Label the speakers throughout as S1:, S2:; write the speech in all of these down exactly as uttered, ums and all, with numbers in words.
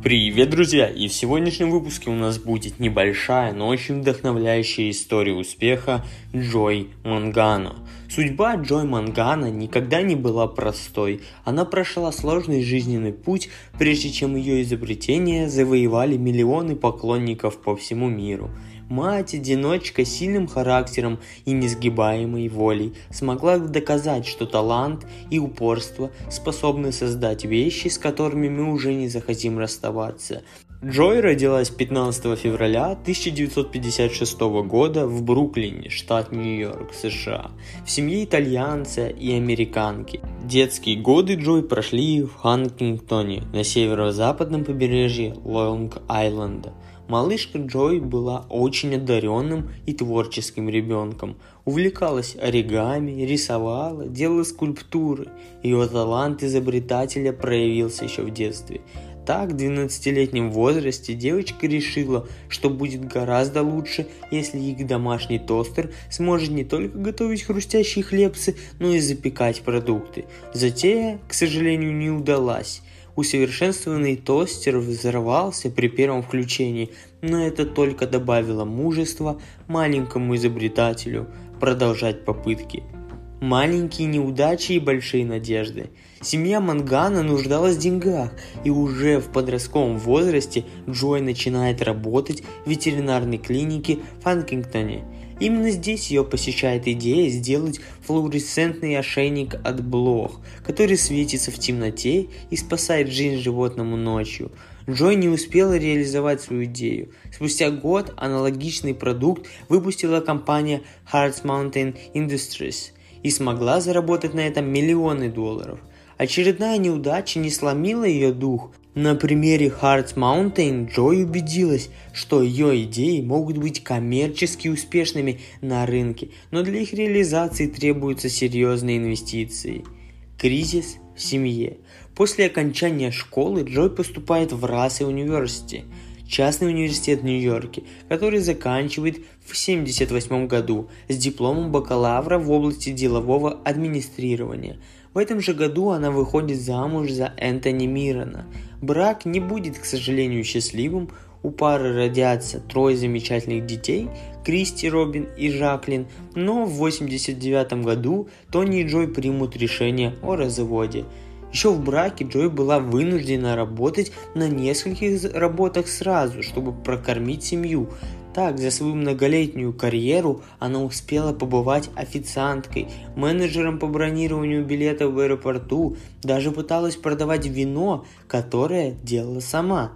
S1: Привет, друзья! И в сегодняшнем выпуске у нас будет небольшая, но очень вдохновляющая история успеха Джой Мангано. Судьба Джой Мангано никогда не была простой. Она прошла сложный жизненный путь, прежде чем ее изобретения завоевали миллионы поклонников по всему миру. Мать-одиночка с сильным характером и несгибаемой волей смогла доказать, что талант и упорство способны создать вещи, с которыми мы уже не захотим расставаться. Джой родилась пятнадцатого февраля тысяча девятьсот пятьдесят шестого года в Бруклине, штат Нью-Йорк, США, в семье итальянца и американки. Детские годы Джой прошли в Хантингтоне на северо-западном побережье Лонг-Айленда. Малышка Джой была очень одаренным и творческим ребенком. Увлекалась оригами, рисовала, делала скульптуры. Ее талант изобретателя проявился еще в детстве. Так, в двенадцатилетнем возрасте девочка решила, что будет гораздо лучше, если их домашний тостер сможет не только готовить хрустящие хлебцы, но и запекать продукты. Затея, к сожалению, не удалась. Усовершенствованный тостер взорвался при первом включении, но это только добавило мужества маленькому изобретателю продолжать попытки. Маленькие неудачи и большие надежды. Семья Мангано нуждалась в деньгах, и уже в подростковом возрасте Джой начинает работать в ветеринарной клинике в Хантингтоне. Именно здесь ее посещает идея сделать флуоресцентный ошейник от блох, который светится в темноте и спасает жизнь животному ночью. Джой не успела реализовать свою идею. Спустя год аналогичный продукт выпустила компания Hearts Mountain Industries и смогла заработать на этом миллионы долларов. Очередная неудача не сломила ее дух. На примере Hearts Mountain Джой убедилась, что ее идеи могут быть коммерчески успешными на рынке, но для их реализации требуются серьезные инвестиции. Кризис в семье. После окончания школы Джой поступает в Рассел Университи, частный университет в Нью-Йорке, который заканчивает в семьдесят восьмом году с дипломом бакалавра в области делового администрирования. В этом же году она выходит замуж за Энтони Мирона. Брак не будет, к сожалению, счастливым. У пары родятся трое замечательных детей – Кристи, Робин и Жаклин, но в восемьдесят девятом году Тони и Джой примут решение о разводе. Еще в браке Джой была вынуждена работать на нескольких работах сразу, чтобы прокормить семью. Так, за свою многолетнюю карьеру она успела побывать официанткой, менеджером по бронированию билетов в аэропорту, даже пыталась продавать вино, которое делала сама.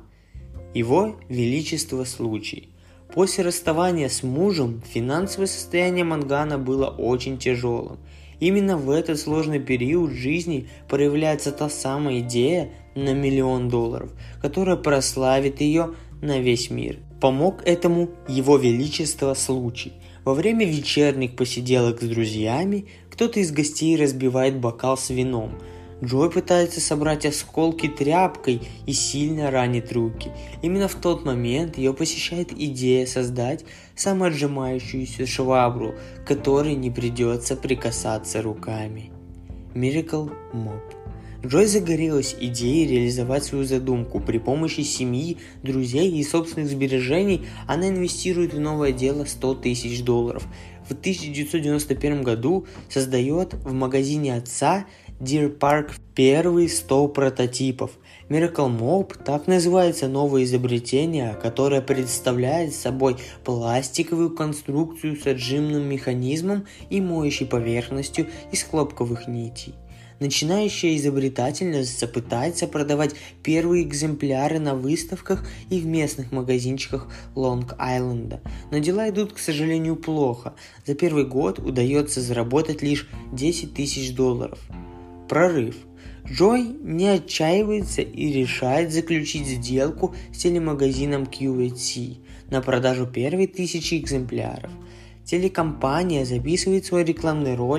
S1: Его Величество случай. После расставания с мужем финансовое состояние Мангано было очень тяжелым. Именно в этот сложный период жизни проявляется та самая идея на миллион долларов, которая прославит ее на весь мир. Помог этому Его Величество случай. Во время вечерних посиделок с друзьями кто-то из гостей разбивает бокал с вином. Джой пытается собрать осколки тряпкой и сильно ранит руки. Именно в тот момент ее посещает идея создать самоотжимающуюся швабру, к которой не придется прикасаться руками. Miracle Mop. Джой загорелась идеей реализовать свою задумку. При помощи семьи, друзей и собственных сбережений она инвестирует в новое дело сто тысяч долларов. В тысяча девятьсот девяносто первом году создает в магазине отца Deer Park первые сто прототипов. Miracle Mop – так называется новое изобретение, которое представляет собой пластиковую конструкцию с отжимным механизмом и моющей поверхностью из хлопковых нитей. Начинающая изобретательница пытается продавать первые экземпляры на выставках и в местных магазинчиках Лонг-Айленда, но дела идут, к сожалению, плохо. За первый год удается заработать лишь десять тысяч долларов. Прорыв. Джой не отчаивается и решает заключить сделку с телемагазином кью эйч си на продажу первой тысячи экземпляров. Телекомпания записывает свой рекламный ролик,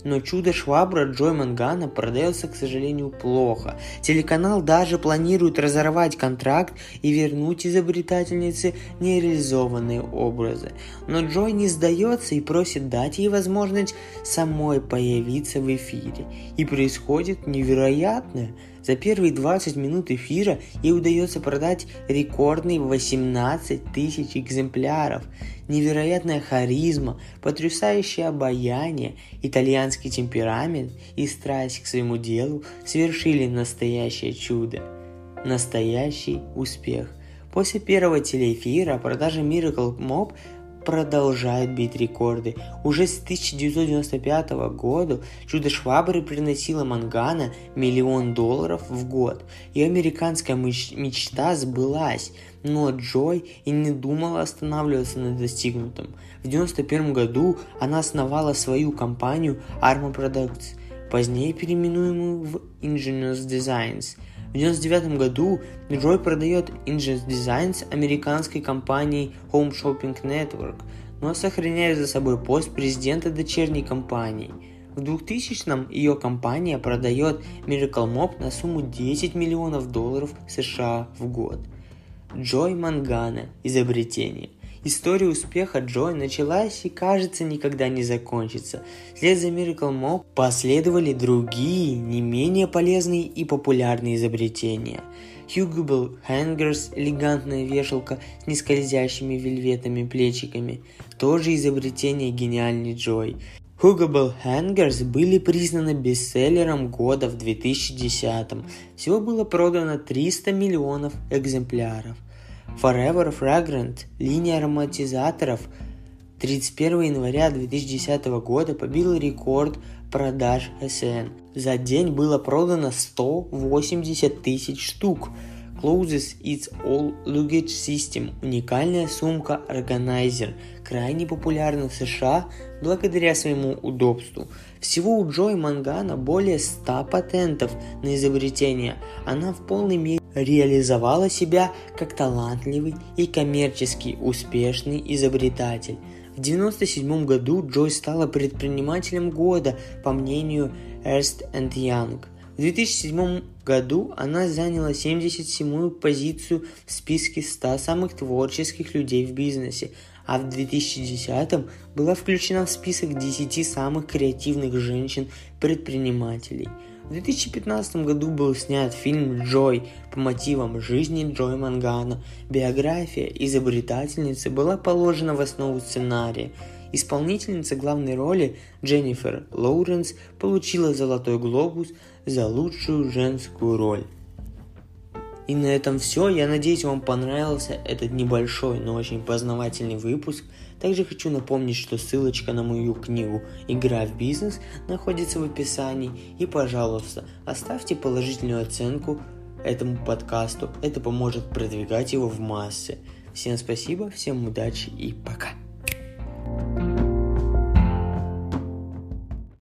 S1: Но чудо-швабра Джой Мангано продается, к сожалению, плохо. Телеканал даже планирует разорвать контракт и вернуть изобретательнице нереализованные образы. Но Джой не сдается и просит дать ей возможность самой появиться в эфире. И происходит невероятное. За первые двадцать минут эфира ей удается продать рекордные восемнадцать тысяч экземпляров. Невероятная харизма, потрясающее обаяние, итальянский темперамент и страсть к своему делу совершили настоящее чудо. Настоящий успех. После первого телеэфира продажи Miracle Mop продолжают бить рекорды. Уже с тысяча девятьсот девяносто пятого года чудо-швабры приносила Мангано миллион долларов в год. Ее американская меч- мечта сбылась, но Джой и не думала останавливаться на достигнутом. В девяносто первом году она основала свою компанию Arma Products, позднее переименуемую в Ingenious Designs. В девяносто девятом году Джой продает Ingenious Designs американской компании Home Shopping Network, но сохраняет за собой пост президента дочерней компании. В двухтысячном ее компания продает Miracle Mop на сумму десять миллионов долларов США в год. Джой Мангано. Изобретение. История успеха Джой началась и, кажется, никогда не закончится. Вслед за Miracle Mop последовали другие, не менее полезные и популярные изобретения. Huggable Hangers – элегантная вешалка с нескользящими вельветными плечиками, тоже изобретение гениальной Джой. Huggable Hangers были признаны бестселлером года в две тысячи десятом. Всего было продано триста миллионов экземпляров. Forever Fragrant, линия ароматизаторов, тридцать первого января две тысячи десятого года побила рекорд продаж эс эн. За день было продано сто восемьдесят тысяч штук. Closes It's All Luggage System – уникальная сумка-органайзер, крайне популярна в США благодаря своему удобству. Всего у Джой Мангано более ста патентов на изобретение. Она в полной мере реализовала себя как талантливый и коммерчески успешный изобретатель. В девяносто седьмом году Джой стала предпринимателем года по мнению Ernst энд Young. В две тысячи седьмом году она заняла семьдесят седьмую позицию в списке ста самых творческих людей в бизнесе, а в две тысячи десятом была включена в список десяти самых креативных женщин-предпринимателей. В две тысячи пятнадцатом году был снят фильм «Джой» по мотивам жизни Джой Мангано. Биография изобретательницы была положена в основу сценария. Исполнительница главной роли Дженнифер Лоуренс получила «Золотой глобус» за лучшую женскую роль. И на этом все. Я надеюсь, вам понравился этот небольшой, но очень познавательный выпуск. Также хочу напомнить, что ссылочка на мою книгу «Игра в бизнес» находится в описании. И, пожалуйста, оставьте положительную оценку этому подкасту. Это поможет продвигать его в массы. Всем спасибо, всем удачи и пока.